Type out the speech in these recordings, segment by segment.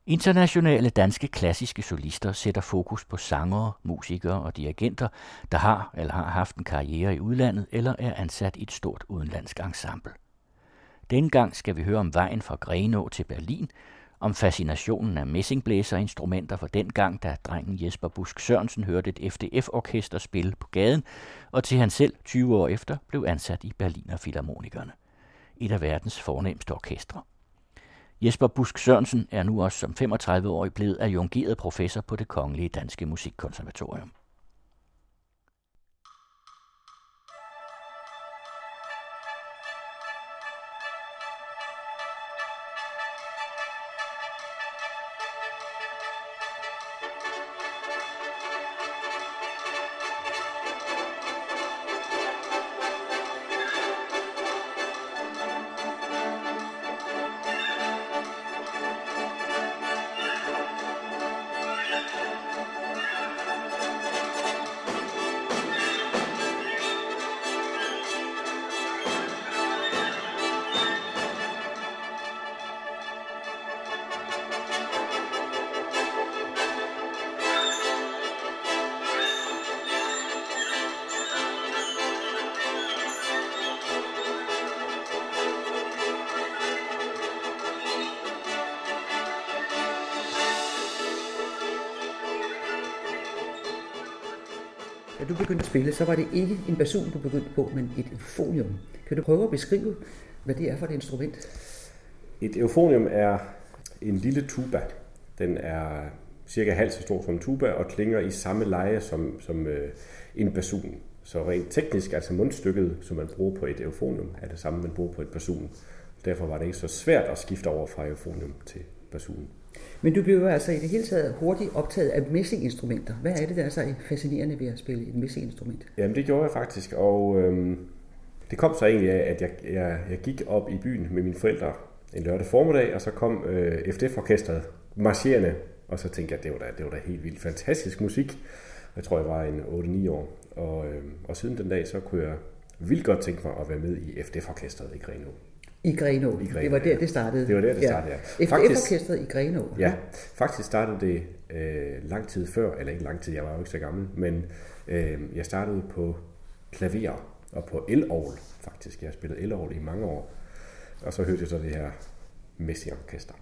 Internationale danske klassiske solister sætter fokus på sangere, musikere og dirigenter, der har eller har haft en karriere i udlandet eller er ansat i et stort udenlandsk ensemble. Denne gang skal vi høre om vejen fra Grenaa til Berlin, om fascinationen af messingblæserinstrumenter for den gang, da drengen Jesper Busk Sørensen hørte et FDF-orkester spille på gaden, og til han selv 20 år efter blev ansat i Berliner Philharmonikerne, et af verdens fornemste orkestre. Jesper Busk Sørensen er nu også som 35-årig blevet adjungeret professor på Det Kongelige Danske Musikkonservatorium. Da du begyndte at spille, så var det ikke en basun, du begyndte på, men et euphonium. Kan du prøve at beskrive, hvad det er for et instrument? Et euphonium er en lille tuba. Den er cirka halvt så stor som en tuba og klinger i samme leje som en basun. Så rent teknisk, altså mundstykket, som man bruger på et euphonium, er det samme, man bruger på et basun. Derfor var det ikke så svært at skifte over fra euphonium til basun. Men du blev altså i det hele taget hurtigt optaget af messinginstrumenter. Hvad er det, der er så fascinerende ved at spille et messinginstrument? Jamen det gjorde jeg faktisk, og det kom så egentlig af, at jeg gik op i byen med mine forældre en lørdag formiddag, og så kom FDF-orkestret marcherende, og så tænkte jeg, at det var da helt vildt fantastisk musik. Jeg tror, jeg var en 8-9 år, og siden den dag, så kunne jeg vildt godt tænke mig at være med i FDF-orkestret i Grenaa. I Grenaa. Det var der, det startede. Det var der, det startede, ja. FDF-orkestret i Grenaa. Ja, faktisk startede det lang tid før, eller ikke lang tid, jeg var jo ikke så gammel, men jeg startede på klaver og på elorgel, faktisk. Jeg har spillet elorgel i mange år, og så hørte jeg så det her messingorkester.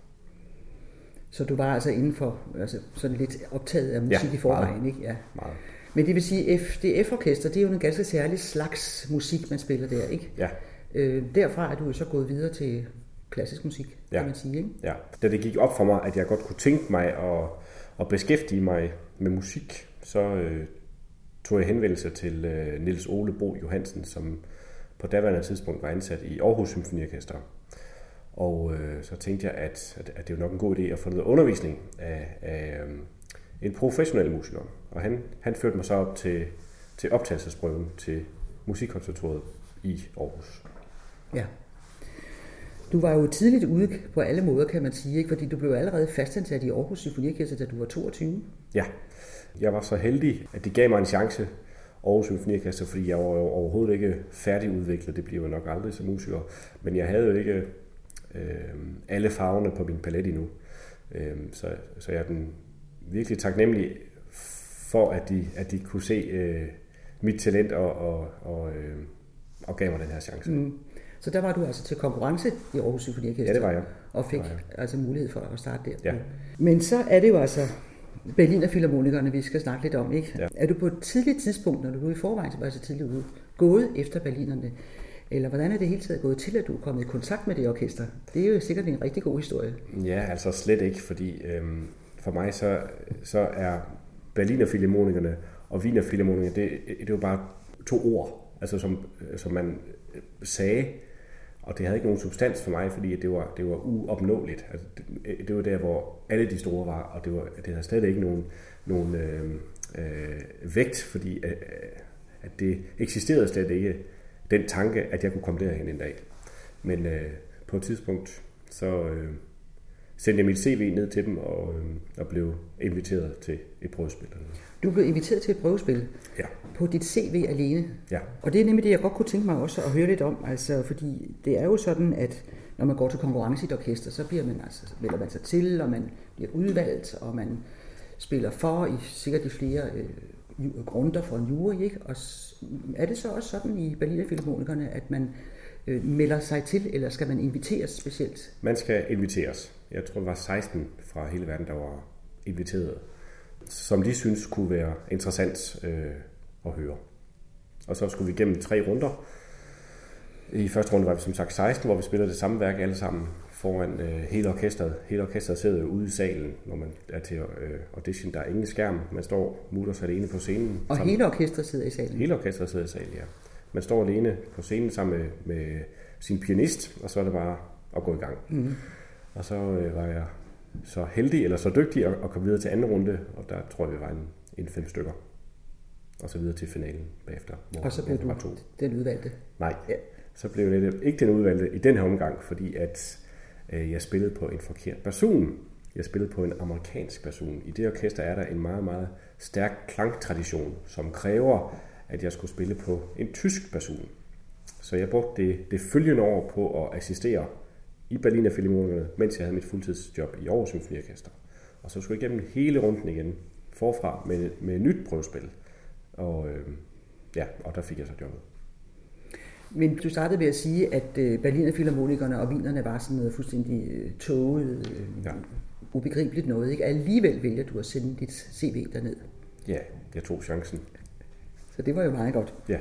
Så du var altså inden for sådan lidt optaget af musik i forvejen, ikke? Ja, meget. Men det vil sige, FDF-orkester, det er jo en ganske særlig slags musik, man spiller der, ikke? Ja. Derfra er du så gået videre til klassisk musik, kan man sige, ikke? Ja, da det gik op for mig, at jeg godt kunne tænke mig at beskæftige mig med musik, så tog jeg henvendelse til Niels Ole Bo Johansen, som på daværende tidspunkt var ansat i Aarhus Symfoniorkester. Og så tænkte jeg, at det er nok en god idé at få noget undervisning af en professionel musiker. Og han førte mig så op til optagelsesprøven til Musikkonservatoriet i Aarhus. Ja. Du var jo tidligt ude på alle måder, kan man sige, ikke? Fordi du blev allerede fastansat i Aarhus Symfoniorkester, da du var 22. Ja, jeg var så heldig, at det gav mig en chance, Aarhus Symfoniorkester, fordi jeg var jo overhovedet ikke færdigudviklet. Det bliver jo nok aldrig som musiker. Men jeg havde jo ikke alle farverne på min palet endnu. Så jeg er den virkelig taknemmelig for, at de kunne se mit talent og gav mig den her chance. Mm. Så der var du altså til konkurrence i Aarhus Symfoniorkester? Ja, det var jeg. Og fik altså mulighed for at starte der. Ja. Men så er det jo altså Berliner Philharmonikerne, vi skal snakke lidt om, ikke? Ja. Er du på et tidligt tidspunkt, når du i forvejen var så tidligt ude, gået efter Berlinerne? Eller hvordan er det hele taget gået til, at du er kommet i kontakt med det orkester? Det er jo sikkert en rigtig god historie. Ja, altså slet ikke, fordi for mig så er Berliner Philharmonikerne og Wiener Philharmonikerne, det er jo bare to ord, altså som man sagde, og det havde ikke nogen substans for mig, fordi det var uopnåeligt. Altså, det var der, hvor alle de store var, og det havde slet ikke nogen vægt, fordi at det eksisterede slet ikke den tanke, at jeg kunne komme derhen en dag. Men på et tidspunkt, så sendte jeg mit CV ned til dem og blev inviteret til et prøvespil. Du blev inviteret til et prøvespil? Ja. På dit CV alene? Ja. Og det er nemlig det, jeg godt kunne tænke mig også at høre lidt om, altså, fordi det er jo sådan, at når man går til konkurrence i et orkester, så melder man sig til, og man bliver udvalgt, og man spiller for i sikkert i flere runder for en jury, ikke? Og er det så også sådan i Berliner Philharmonikerne, at man melder sig til, eller skal man inviteres specielt? Man skal inviteres. Jeg tror, det var 16 fra hele verden, der var inviteret, som de synes kunne være interessant at høre. Og så skulle vi igennem 3 runder. I første runde var vi som sagt 16, hvor vi spillede det samme værk alle sammen foran hele orkestret. Hele orkestret sidder ude i salen, når man er til audition. Der er ingen skærm. Man står mutters alene på scenen. Og hele orkestret sidder i salen? Hele orkestret sidder i salen, ja. Man står alene på scenen sammen med sin pianist, og så er det bare at gå i gang. Mm. Og så var jeg så heldig eller så dygtig at komme videre til anden runde, og der tror jeg, vi var en 5 stykker. Og så videre til finalen bagefter. Og så blev du den udvalgte? Nej, ja. Så blev jeg ikke den udvalgte i den her omgang, fordi at jeg spillede på en forkert basun. Jeg spillede på en amerikansk basun. I det orkester er der en meget, meget stærk klangtradition, som kræver, at jeg skulle spille på en tysk basun. Så jeg brugte det følgende år på at assistere i Berliner Philharmonikerne, mens jeg havde mit fuldtidsjob i Aarhus Symfoniorkester. Og så skulle jeg igennem hele runden igen, forfra med nyt prøvespil. Og der fik jeg så jobbet. Men du startede ved at sige, at Berliner Philharmonikerne og Wienerne var sådan noget fuldstændig tåget, ubegribeligt noget, ikke? Alligevel vælger du at sende dit CV derned. Ja, jeg tog chancen. Så det var jo meget godt. Ja.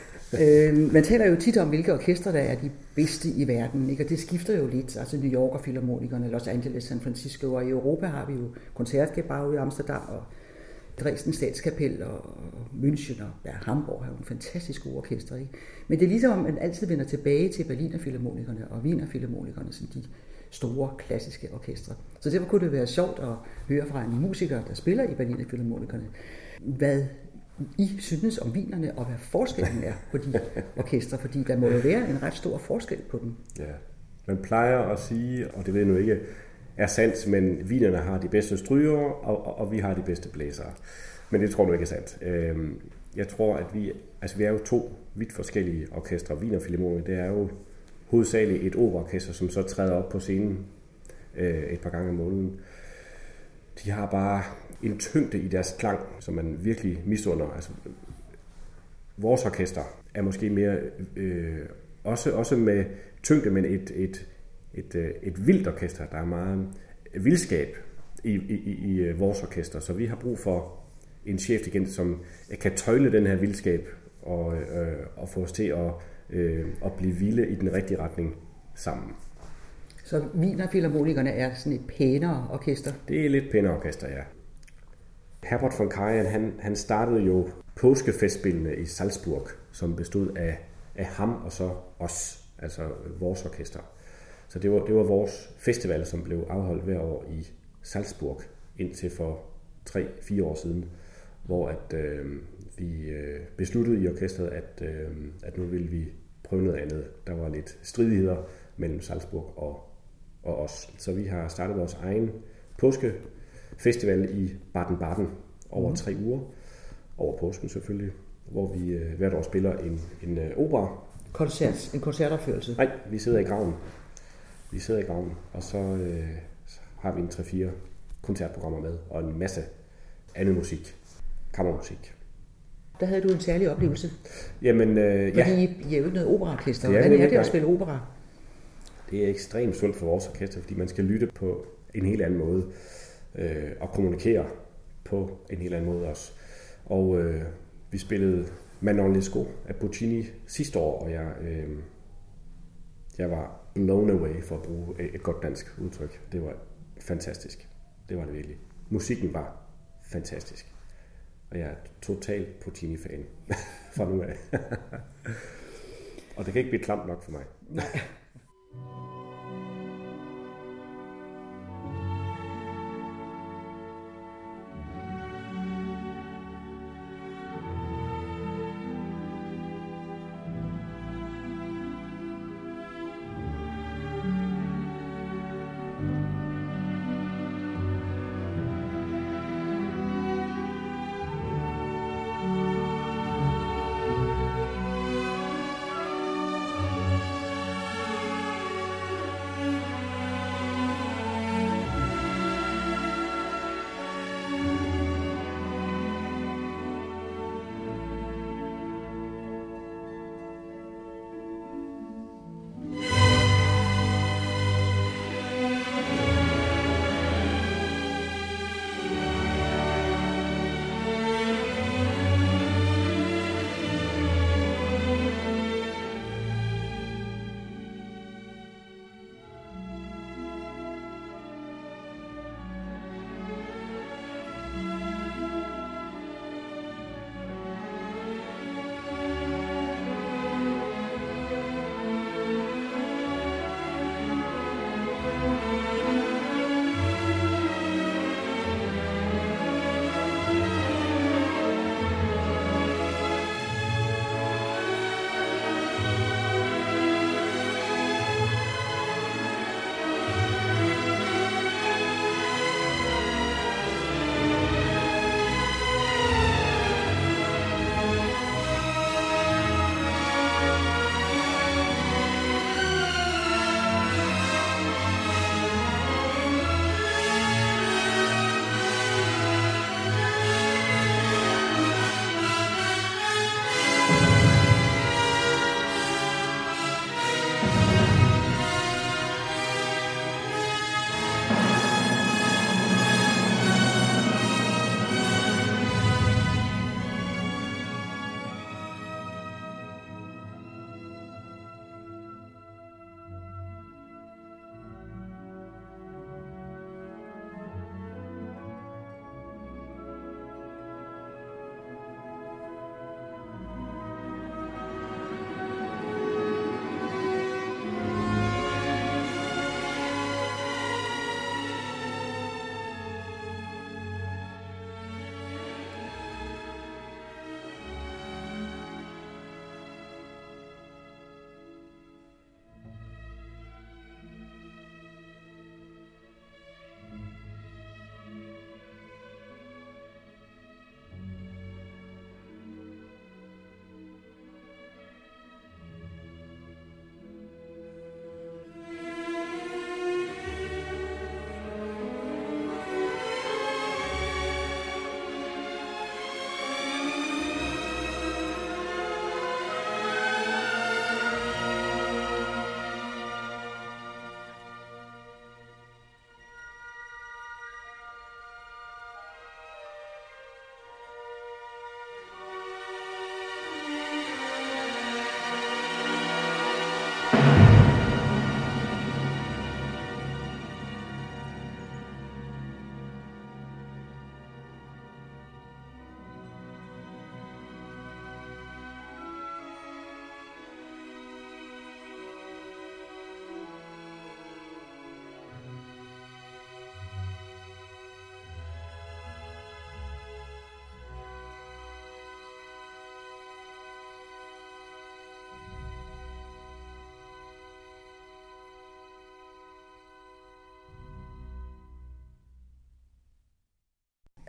Man taler jo tit om, hvilke orkester, der er de bedste i verden, ikke? Og det skifter jo lidt. Altså New York og Philharmonikerne, Los Angeles, San Francisco, og i Europa har vi jo Konzertgebouw i Amsterdam, og Dresden Statskapel og München og Hamburg har jo en fantastisk god orkester, ikke? Men det er ligesom, at man altid vender tilbage til Berliner Philharmonikerne og Wiener Philharmonikerne som de store klassiske orkestre. Så derfor kunne det være sjovt at høre fra en musiker, der spiller i Berliner Philharmonikerne, hvad I synes om Wienerne, og hvad forskellen er på de orkestre, fordi der må jo være en ret stor forskel på dem. Ja, man plejer at sige, og det ved jeg nu ikke, er sandt, men Wienerne har de bedste strygere, og vi har de bedste blæsere. Men det tror du ikke er sandt. Jeg tror, at vi er jo 2 vidt forskellige orkestre. Wiener Philharmonikerne, det er jo hovedsageligt et operaorkester, som så træder op på scenen et par gange om måneden. De har bare en tyngde i deres klang, som man virkelig misunder. Altså, vores orkester er måske mere, også med tyngde, men et vildt orkester. Der er meget vildskab i vores orkester, så vi har brug for en chefdirigent, som kan tøjle den her vildskab og få os til at blive vilde i den rigtige retning sammen. Så Wiener Philharmonikerne er sådan et pænere orkester? Det er lidt pænere orkester, ja. Herbert von Karajan, han startede jo påskefestspillene i Salzburg, som bestod af ham og så os, altså vores orkester. Så det var vores festival, som blev afholdt hver år i Salzburg indtil for 3-4 år siden, hvor at vi besluttede i orkestret, at nu ville vi prøve noget andet. Der var lidt stridigheder mellem Salzburg og os. Så vi har startet vores egen påskefestival i Baden-Baden over 3 uger, over påsken selvfølgelig, hvor vi hvert år spiller en opera. En koncertopførelse? Nej, vi sidder i graven. Og så har vi en 3-4 koncertprogrammer med, og en masse anden musik, kammermusik. Der havde du en særlig oplevelse? Jamen, Fordi I er jo ikke noget operaorkester. Hvordan er det at spille opera? Det er ekstremt sundt for vores orkester, fordi man skal lytte på en helt anden måde, og kommunikere på en helt anden måde også. Og vi spillede Manon Lescaut af Puccini sidste år, og jeg var blown away, for at bruge et godt dansk udtryk. Det var fantastisk. Det var det virkelig. Musikken var fantastisk. Og jeg er totalt Puccini-fan fra nu af. Og det kan ikke blive klamt nok for mig. Nej.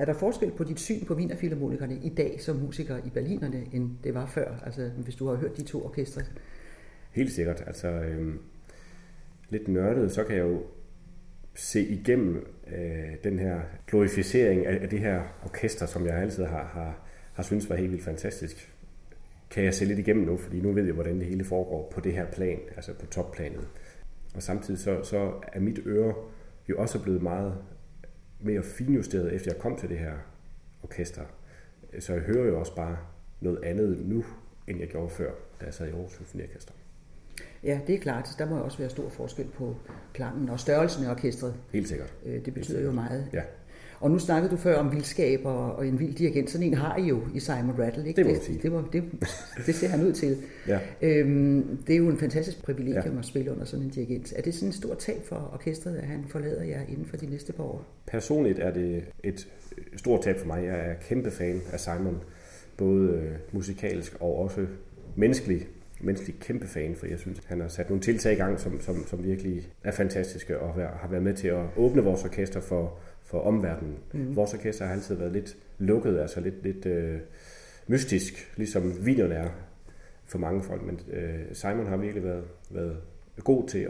Er der forskel på dit syn på Wienerfilharmonikerne i dag som musiker i Berlinerne, end det var før? Altså hvis du har hørt de to orkestre? Helt sikkert. Altså lidt nørdet, så kan jeg jo se igennem den her glorificering af det her orkester, som jeg altid har syntes var helt vildt fantastisk. Kan jeg se lidt igennem nu, fordi nu ved jeg, hvordan det hele foregår på det her plan, altså på topplanet. Og samtidig så er mit øre jo også blevet meget mere finjusteret, efter jeg kom til det her orkester. Så jeg hører jo også bare noget andet nu, end jeg gjorde før, da jeg sad i Aarhus Symfoniorkester. Ja, det er klart. Der må også være stor forskel på klangen og størrelsen af orkestret. Helt sikkert. Det betyder jo meget. Ja. Og nu snakkede du før om vildskab og en vild dirigent. Sådan en har I jo i Simon Rattle, ikke? Det må sige. Det ser han ud til. Ja. Det er jo en fantastisk privilegium at spille under sådan en dirigent. Er det sådan en stor tab for orkestret, at han forlader jer inden for de næste par år? Personligt er det et stort tab for mig. Jeg er kæmpe fan af Simon, både musikalsk og også menneskelig kæmpe fan, for jeg synes, han har sat nogle tiltag i gang, som virkelig er fantastiske og har været med til at åbne vores orkester for omverdenen. Vores orkester har altid været lidt lukket, altså lidt mystisk, ligesom Wienerne er for mange folk, men Simon har virkelig været god til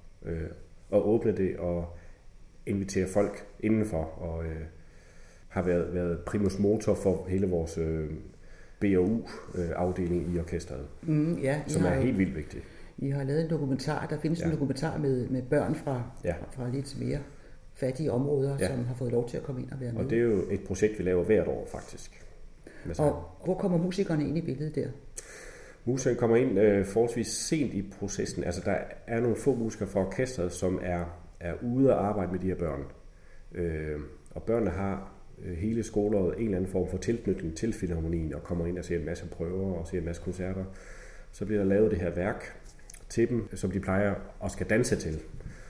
at åbne det og invitere folk indenfor, og har været primus motor for hele vores BAU-afdeling i orkestret, som er helt vildt vigtig. I har lavet en dokumentar, der findes en dokumentar med børn fra lidt mere fattige områder, som har fået lov til at komme ind og være med. Og det er jo et projekt, vi laver hvert år faktisk. Og hvor kommer musikerne ind i billedet der? Musikerne kommer ind forholdsvis sent i processen. Altså der er nogle få musikere fra orkestret, som er ude at arbejde med de her børn. Og børnene har hele skoleåret en eller anden form for tilknytning til filharmonien og kommer ind og ser en masse prøver og ser en masse koncerter. Så bliver der lavet det her værk til dem, som de plejer og skal danse til.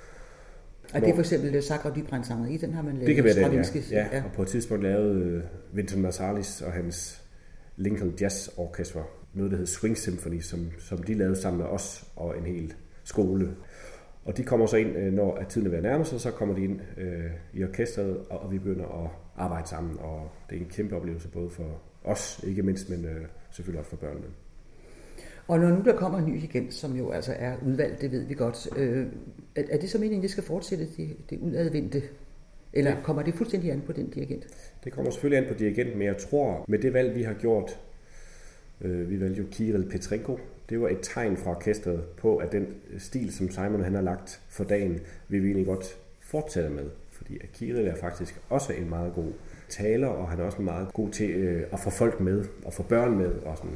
Og det er for eksempel Sacre du Printemps i, den har man lavet. Det kan være den, ja. Og på et tidspunkt lavede Wynton Marsalis og hans Lincoln Jazz Orchestra noget, der hed Swing Symphony, som de lavede sammen med os og en hel skole. Og de kommer så ind, når tiden er ved at nærme sig, så kommer de ind i orkestret, og vi begynder at arbejde sammen. Og det er en kæmpe oplevelse både for os, ikke mindst, men selvfølgelig også for børnene. Og når nu der kommer en ny dirigent, som jo altså er udvalgt, det ved vi godt, er det så meningen, det skal fortsætte det udadvendte? Eller kommer det fuldstændig an på den dirigent? Det kommer selvfølgelig an på dirigenten, men jeg tror, med det valg, vi har gjort, vi valgte jo Kirill Petrenko, det var et tegn fra orkestret på, at den stil, som Simon han har lagt for dagen, vil vi egentlig godt fortsætte med. Fordi at Kirill er faktisk også en meget god taler, og han er også meget god til at få folk med, og få børn med og sådan.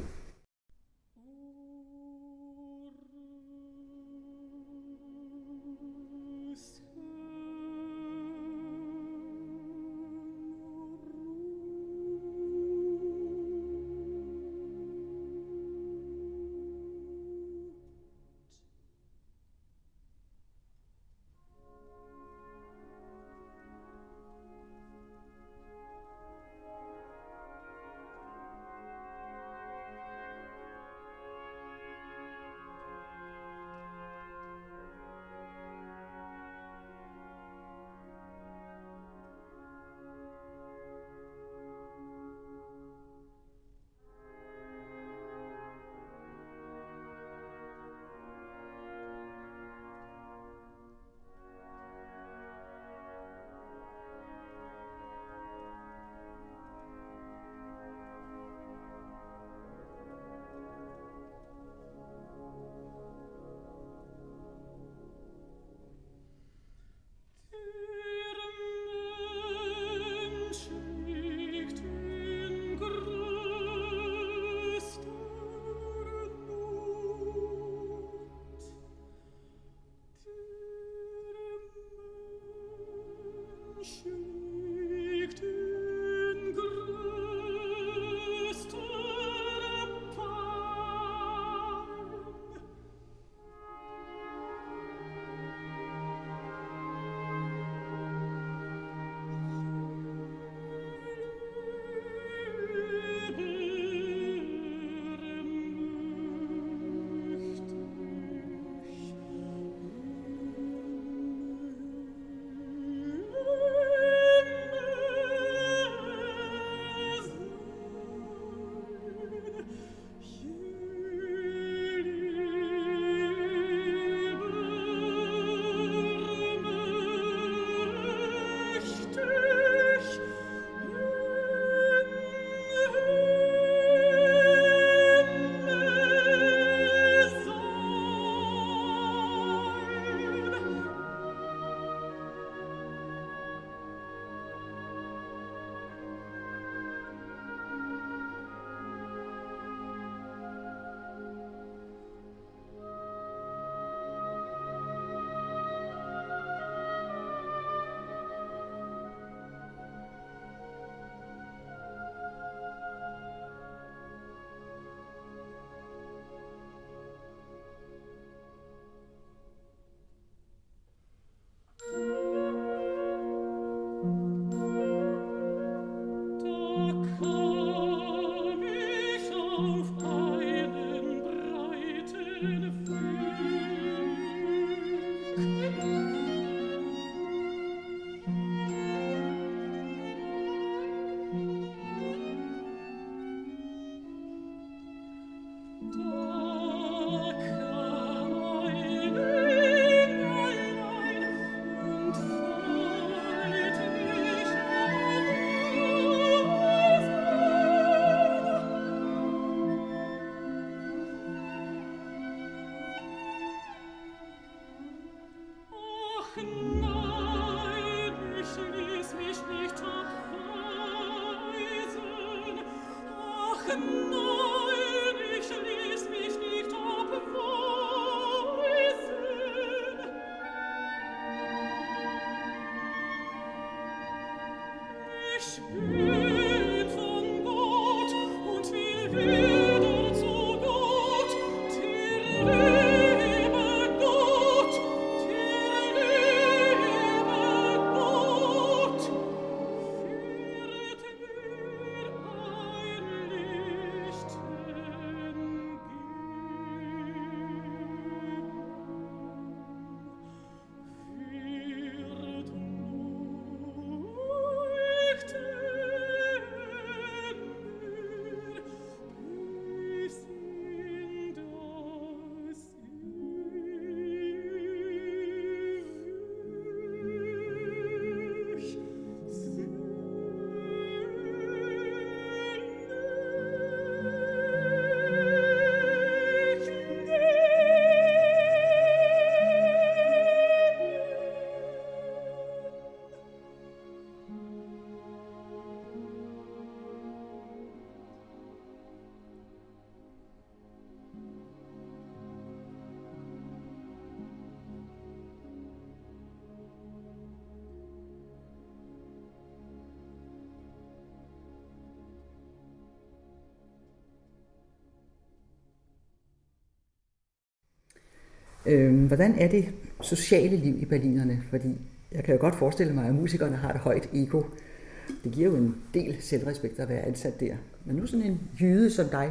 Hvordan er det sociale liv i Berlinerne? Fordi jeg kan jo godt forestille mig, at musikerne har et højt ego. Det giver jo en del selvrespekt at være ansat der. Men nu sådan en jyde som dig,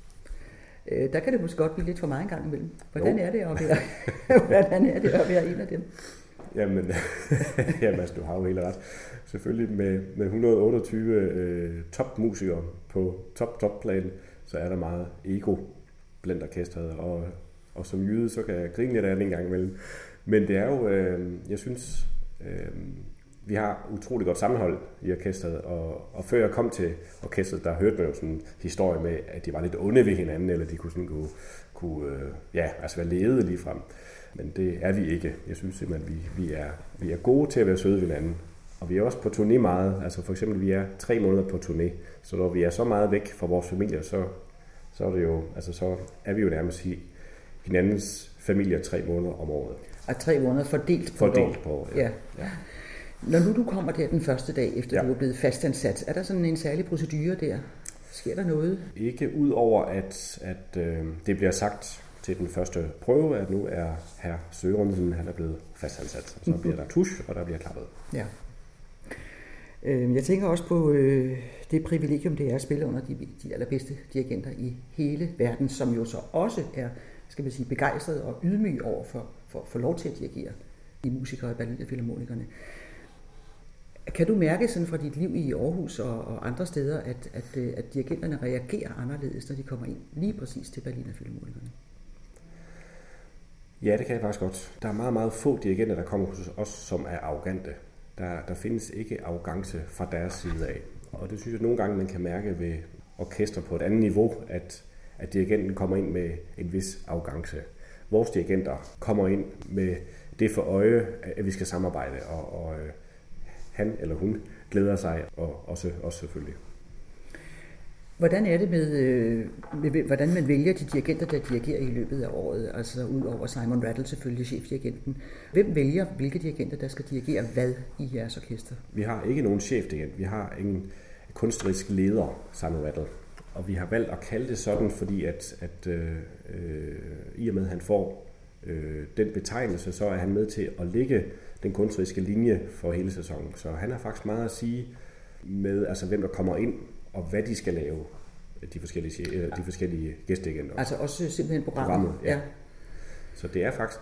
der kan det måske godt blive lidt for meget en gang imellem. Hvordan er det at være en af dem? Jamen altså, du har jo helt ret. Selvfølgelig med 128 topmusikere på topplan, så er der meget ego blandt orkestret, og som jyde, så kan jeg grine lidt af det en gang imellem. Men det er jo, jeg synes, vi har utrolig godt sammenhold i orkestret, og før jeg kom til orkestret, der hørte man jo sådan en historie med, at de var lidt onde ved hinanden, eller de kunne være lede lige frem. Men det er vi ikke. Jeg synes simpelthen, at vi er gode til at være søde ved hinanden. Og vi er også på turné meget. Altså for eksempel, vi er 3 måneder på turné. Så når vi er så meget væk fra vores familier, så er det jo, altså så er vi jo nærmest hinandens familier 3 måneder om året. Og 3 måneder fordelt på året. Ja. Når nu du kommer der den første dag, efter du er blevet fastansat, er der sådan en særlig procedure der? Sker der noget? Ikke ud over, at det bliver sagt til den første prøve, at nu er hr. Sørensen, han er blevet fastansat. Så bliver der tusch, og der bliver klappet. Ja. Jeg tænker også på det privilegium, det er at spille under de allerbedste dirigenter i hele verden, som jo så også er, skal vi sige, begejstret og ydmyg over for at få lov til at dirigere de musikere i Berliner Filharmonikerne. Kan du mærke sådan fra dit liv i Aarhus og andre steder, at dirigenterne reagerer anderledes, når de kommer ind lige præcis til Berliner Filharmonikerne? Ja, det kan jeg faktisk godt. Der er meget, meget få dirigenter, der kommer hos os, som er arrogante. Der findes ikke arrogance fra deres side af. Og det synes jeg nogle gange, man kan mærke ved orkester på et andet niveau, at dirigenten kommer ind med en vis arrogance. Vores dirigenter kommer ind med det for øje, at vi skal samarbejde, og han eller hun glæder sig, og også selvfølgelig. Hvordan er det med hvordan man vælger de dirigenter, der dirigerer i løbet af året? Altså ud over Simon Rattle, selvfølgelig chefdirigenten. Hvem vælger, hvilke dirigenter, der skal dirigere hvad i jeres orkester? Vi har ikke nogen chefdirigent. Vi har en kunstnerisk leder, Simon Rattle. Og vi har valgt at kalde det sådan, fordi at i og med, at han får den betegnelse, så er han med til at lægge den kunstneriske linje for hele sæsonen. Så han har faktisk meget at sige med, altså hvem der kommer ind, og hvad de skal lave, de forskellige gæsteagenter. Altså også simpelthen programmet. Ja. Så det er faktisk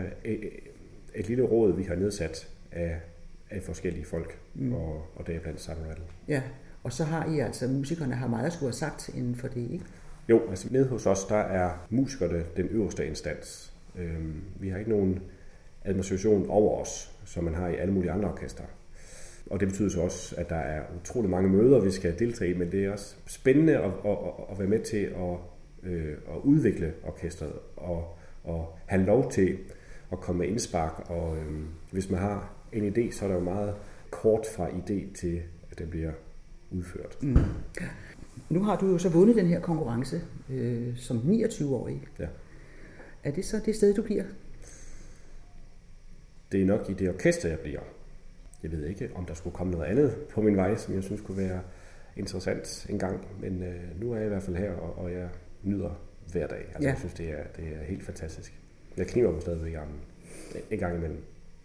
et lille råd, vi har nedsat af forskellige folk, og det er blandt Simon Rattle. Ja, og så har I altså, musikerne har meget at skulle have sagt inden for det, ikke? Jo, altså nede hos os, der er musikerne den øverste instans. Vi har ikke nogen administration over os, som man har i alle mulige andre orkester. Og det betyder så også, at der er utrolig mange møder, vi skal deltage i, men det er også spændende at være med til at udvikle orkestret og have lov til at komme med indspark. Og hvis man har en idé, så er der jo meget kort fra idé til, at den bliver udført. Nu har du jo så vundet den her konkurrence som 29-årig. Ja. Er det så det sted, du bliver? Det er nok i det orkester, jeg bliver. Jeg ved ikke, om der skulle komme noget andet på min vej, som jeg synes kunne være interessant en gang. Men nu er jeg i hvert fald her, og jeg nyder hver dag. Altså, Jeg synes, det er helt fantastisk. Jeg kniber mig stadigvæk i armen. En gang imellem.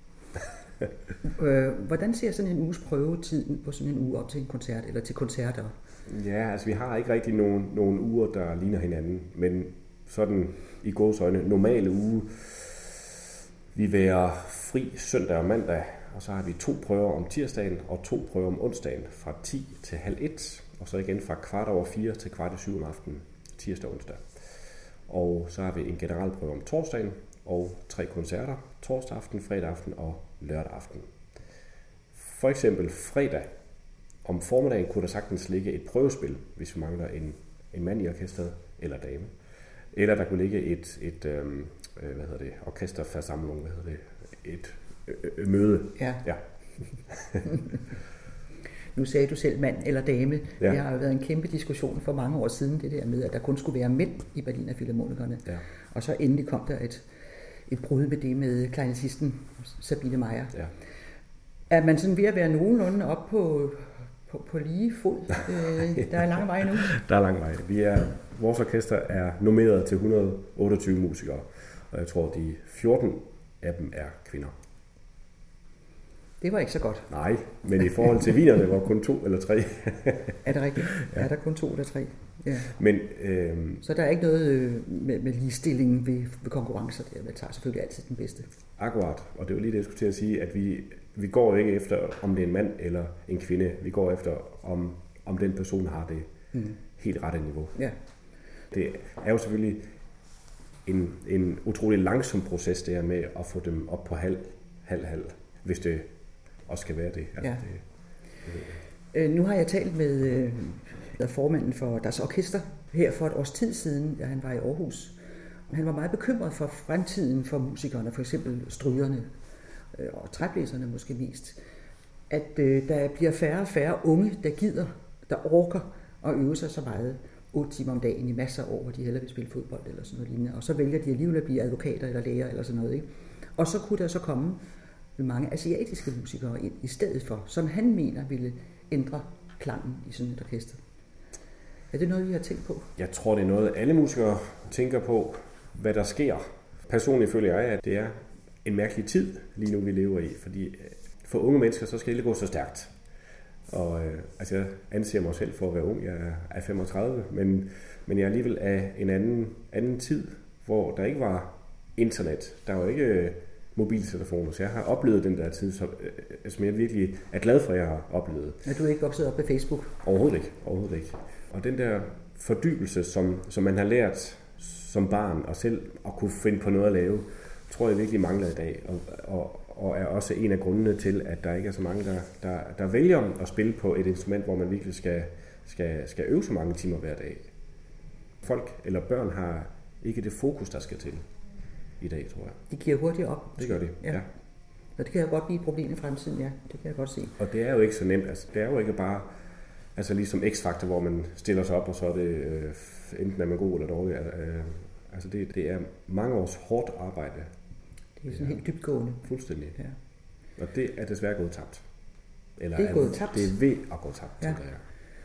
Hvordan ser sådan en uges prøvetid på sådan en uge op til en koncert, eller til koncerter? Ja, altså vi har ikke rigtig nogen uger, der ligner hinanden. Men sådan i gåseøjne, normale uge, vi være fri søndag og mandag, og så har vi 2 prøver om tirsdagen og 2 prøver om onsdagen fra 10 til halv 1, og så igen fra 4:15 til 6:15 om aftenen, tirsdag og onsdag. Og så har vi en generalprøve om torsdagen og 3 koncerter, torsdag aften, fredag aften og lørdag aften. For eksempel fredag om formiddagen kunne der sagtens ligge et prøvespil, hvis vi mangler en mand i orkestret eller dame. Eller der kunne ligge et orkesterforsamling, et møde. Ja. Ja. Nu sagde du selv mand eller dame. Ja. Det har jo været en kæmpe diskussion for mange år siden, det der med, at der kun skulle være mænd i Berliner Philharmonikerne. Ja. Og så endelig kom der et brud med det med klarinettisten Sabine Meyer. Ja. Er man sådan ved at være nogenlunde op på lige fod? Der er lang vej nu. Der er lang vej. Vores orkester er nomineret til 128 musikere, og jeg tror, de 14 af dem er kvinder. Det var ikke så godt. Nej, men i forhold til vinerne var kun 2 eller 3. Er det rigtigt? Ja. Er der kun 2 eller 3? Ja. Men, så der er ikke noget med ligestilling ved konkurrencer. Det tager selvfølgelig altid den bedste. Akkurat, og det var lige det, jeg skulle til at sige, at vi går ikke efter, om det er en mand eller en kvinde. Vi går efter, om den person har det helt rette niveau. Ja. Det er jo selvfølgelig en utrolig langsom proces, det her med at få dem op på halv, hvis det også skal være det. Altså, ja. Nu har jeg talt med formanden for deres orkester her for et års tid siden, da han var i Aarhus. Han var meget bekymret for fremtiden for musikerne, for eksempel strygerne og træblæserne måske mest. At der bliver færre og færre unge, der gider, der orker at øve sig så meget 8 timer om dagen i masser af år, hvor de hellere vil spille fodbold eller sådan noget lignende. Og så vælger de alligevel at blive advokater eller læger eller sådan noget. Ikke? Og så kunne der så komme mange asiatiske musikere ind i stedet for, som han mener ville ændre klangen i sådan et orkester. Er det noget, vi har tænkt på? Jeg tror, det er noget, alle musikere tænker på, hvad der sker. Personligt føler jeg, at det er en mærkelig tid, lige nu vi lever i, fordi for unge mennesker, så skal det gå så stærkt. Og jeg anser mig selv for at være ung. Jeg er 35, men jeg er alligevel af en anden tid, hvor der ikke var internet. Der var ikke mobiltelefoner, så jeg har oplevet den der tid, som jeg virkelig er glad for, at jeg har oplevet. Er du ikke vokset op på Facebook? Overhovedet ikke. Og den der fordybelse, som man har lært som barn, og selv at kunne finde på noget at lave, tror jeg virkelig mangler i dag. Og er også en af grundene til, at der ikke er så mange, der vælger at spille på et instrument, hvor man virkelig skal øve så mange timer hver dag. Folk eller børn har ikke det fokus, der skal til i dag, tror jeg. De giver hurtigt op. Det gør de, ja. Og det kan jo godt blive et problem i fremtiden, ja. Det kan jeg godt se. Og det er jo ikke så nemt. Altså, det er jo ikke bare ligesom X-Factor, hvor man stiller sig op, og så er det enten er man god eller dårlig. Altså det er mange års hårdt arbejde. Det er sådan helt dybtgående. Fuldstændig. Ja. Og det er desværre gået tabt. Eller det er gået tabt? Det er ved at gå tabt, tænker jeg.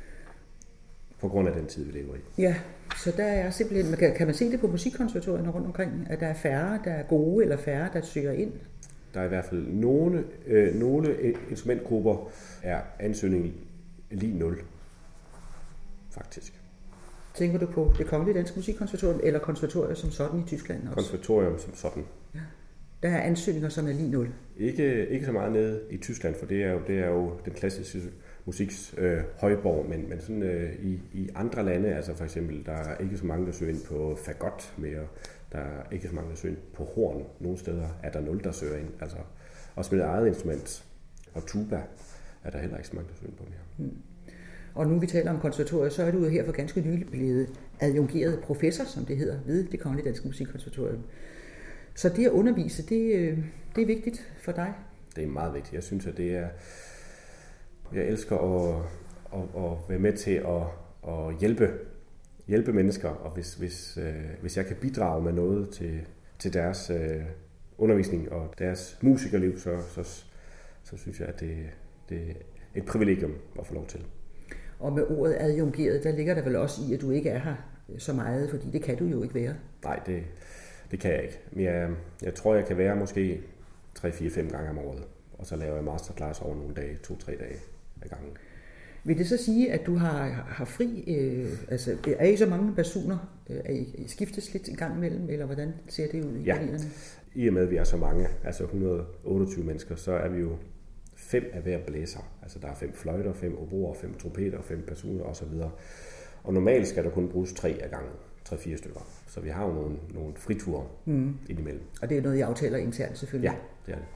På grund af den tid, vi lever i. Ja, så der er simpelthen, kan man se det på musikkonservatorierne rundt omkring, at der er færre, der er gode, eller færre, der søger ind? Der er i hvert fald nogle instrumentgrupper er ansøgning lige 0, faktisk. Tænker du på Det Kongelige Danske Musikkonservatorium, eller konservatoriet som sådan i Tyskland også? Konservatorium som sådan. Ja. Der er ansøgninger, som er lige 0. Ikke så meget nede i Tyskland, for det er jo den klassiske musiks højborg, men sådan i andre lande, altså for eksempel, der er ikke så mange, der søger ind på fagot mere, der er ikke så mange, der søger ind på horn. Nogle steder er der 0, der søger ind, altså også med eget instrument. Og tuba er der heller ikke så mange, der søger ind på mere. Og nu vi taler om konservatoriet, så er du jo her for ganske nylig blevet adjungeret professor, som det hedder, ved Det Kongelige Danske Musikkonservatorium. Så det at undervise, det er vigtigt for dig? Det er meget vigtigt. Jeg synes, at det er... Jeg elsker at være med til at hjælpe mennesker, og hvis jeg kan bidrage med noget til deres undervisning og deres musikerliv, så synes jeg, at det er et privilegium at få lov til. Og med ordet adjungeret, der ligger der vel også i, at du ikke er her så meget, fordi det kan du jo ikke være. Nej, det kan jeg ikke. Men jeg tror, jeg kan være måske 3-4-5 gange om året, og så laver jeg masterclass over nogle dage, 2-3 dage ad gangen. Vil det så sige, at du har fri, altså er I så mange personer, er I skiftes lidt en gang imellem, eller hvordan ser det ud i Berlinerne? I og med, at vi er så mange, altså 128 mennesker, så er vi jo 5 af hver blæser. Altså der er 5 fløjter, 5 oboer, 5 trompeter, 5 basuner osv. Og normalt skal der kun bruges 3 af gangen, 3-4 stykker. Så vi har jo nogle friture indimellem. Og det er noget, I aftaler internt selvfølgelig? Ja, det er det.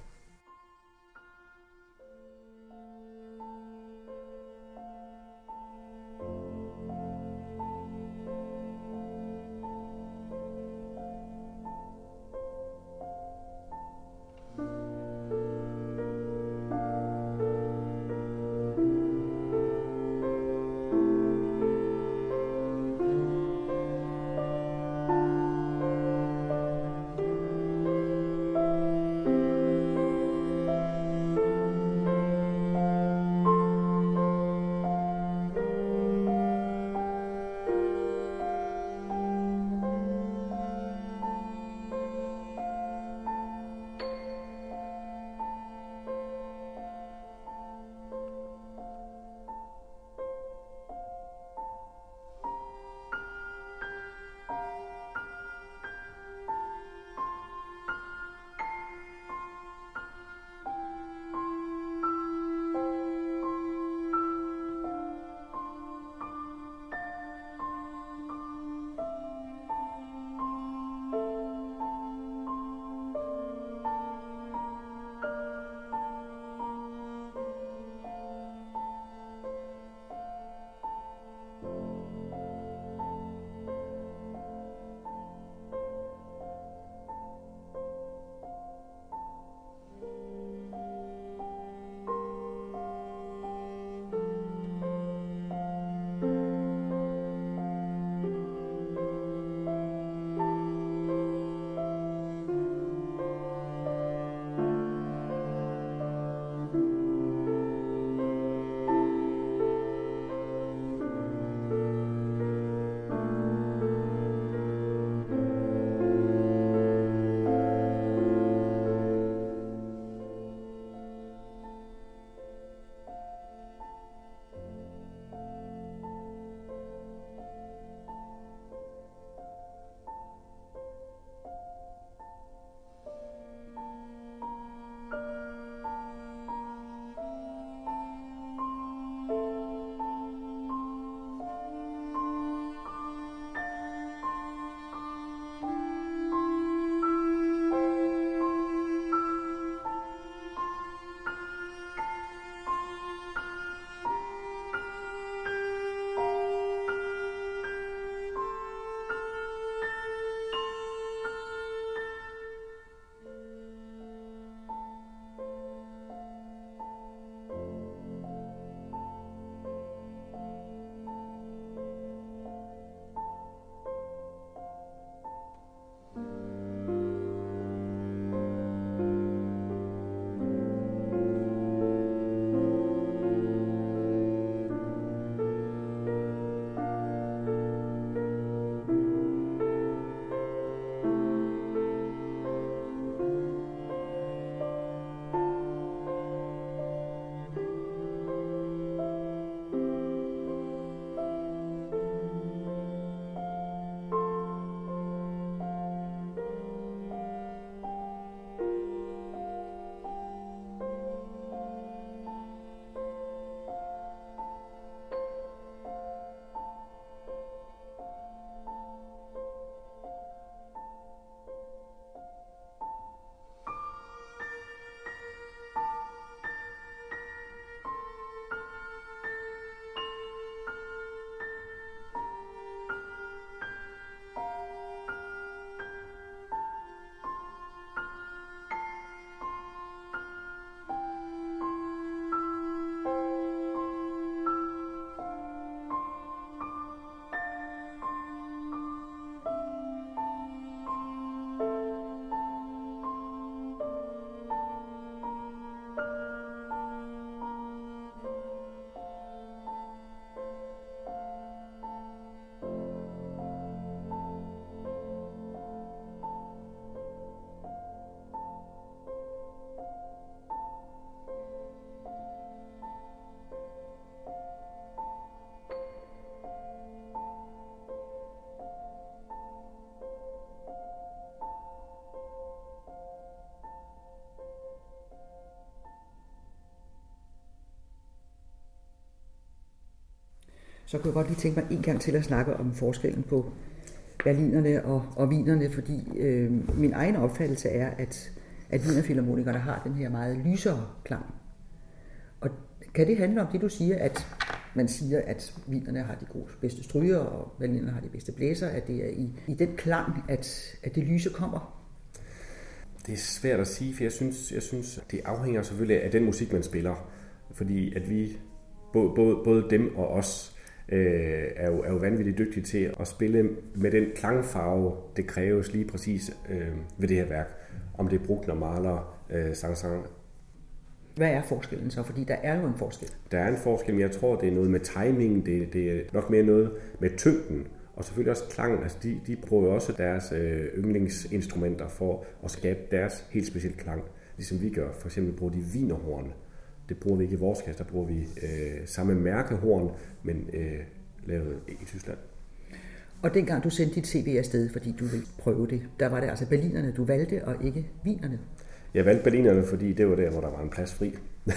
Så kunne jeg godt lige tænke mig en gang til at snakke om forskellen på berlinerne og wienerne, fordi min egen opfattelse er, at wienerfilharmonikerne har den her meget lysere klang. Og kan det handle om det, du siger, at man siger, at wienerne har de bedste stryger, og berlinerne har de bedste blæser, at det er i den klang, at det lyse kommer? Det er svært at sige, for jeg synes det afhænger selvfølgelig af den musik, man spiller. Fordi at vi, både dem og os, er jo vanvittigt dygtige til at spille med den klangfarve, det kræves lige præcis ved det her værk. Om det er Bruckner, Mahler, Saint-Saëns. Hvad er forskellen så? Fordi der er jo en forskel. Der er en forskel, men jeg tror, det er noget med timingen, det er nok mere noget med tyngden, og selvfølgelig også klangen. Altså de bruger jo også deres yndlingsinstrumenter for at skabe deres helt specielle klang, ligesom vi gør. For eksempel bruger de wienerhorn. Det bruger vi ikke i vores kasse, der bruger vi samme mærkehorn, men lavet i Tyskland. Og dengang du sendte dit CV afsted, fordi du ville prøve det, der var det altså berlinerne, du valgte, og ikke wienerne? Jeg valgte berlinerne, fordi det var der, hvor der var en plads fri.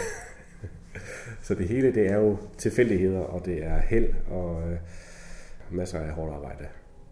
Så det hele, det er jo tilfældigheder, og det er held og masser af hårdt arbejde.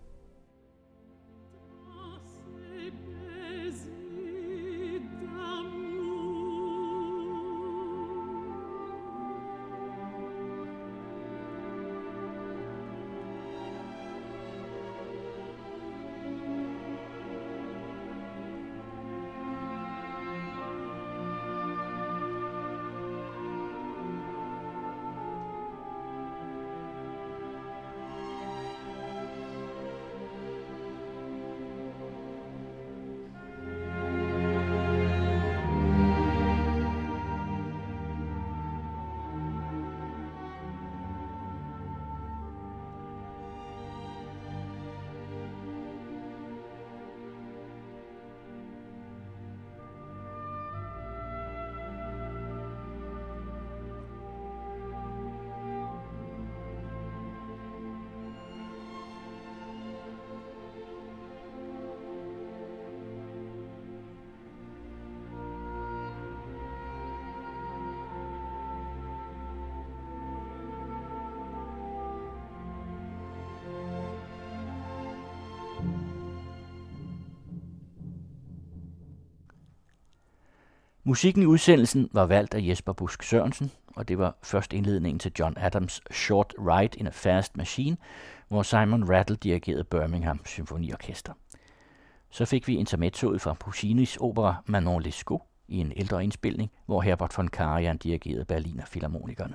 Musikken i udsendelsen var valgt af Jesper Busk Sørensen, og det var først indledningen til John Adams' Short Ride in a Fast Machine, hvor Simon Rattle dirigerede Birmingham Symfoniorkester. Så fik vi intermezzoet fra Puccinis opera Manon Lescaut i en ældre indspilning, hvor Herbert von Karajan dirigerede Berliner Philharmonikerne.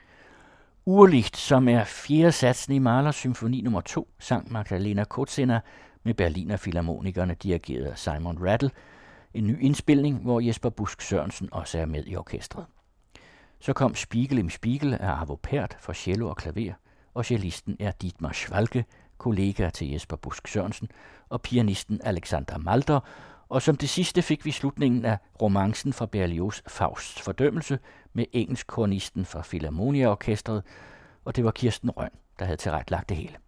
Urlicht, som er fjerde satsen i Mahlers symfoni nummer 2, sang Magdalena Kozina med Berliner Philharmonikerne dirigeret af Simon Rattle, en ny indspilning, hvor Jesper Busk Sørensen også er med i orkestret. Så kom Spiegel im Spiegel af Arvo Pärt for cello og klaver, og cellisten er Dietmar Schwalke, kollega til Jesper Busk Sørensen, og pianisten Alexander Malter, og som det sidste fik vi slutningen af romancen fra Berlioz' Fausts fordømmelse med engelsk kornisten fra Philharmonia-orkestret, og det var Kirsten Røn, der havde tilrettelagt det hele.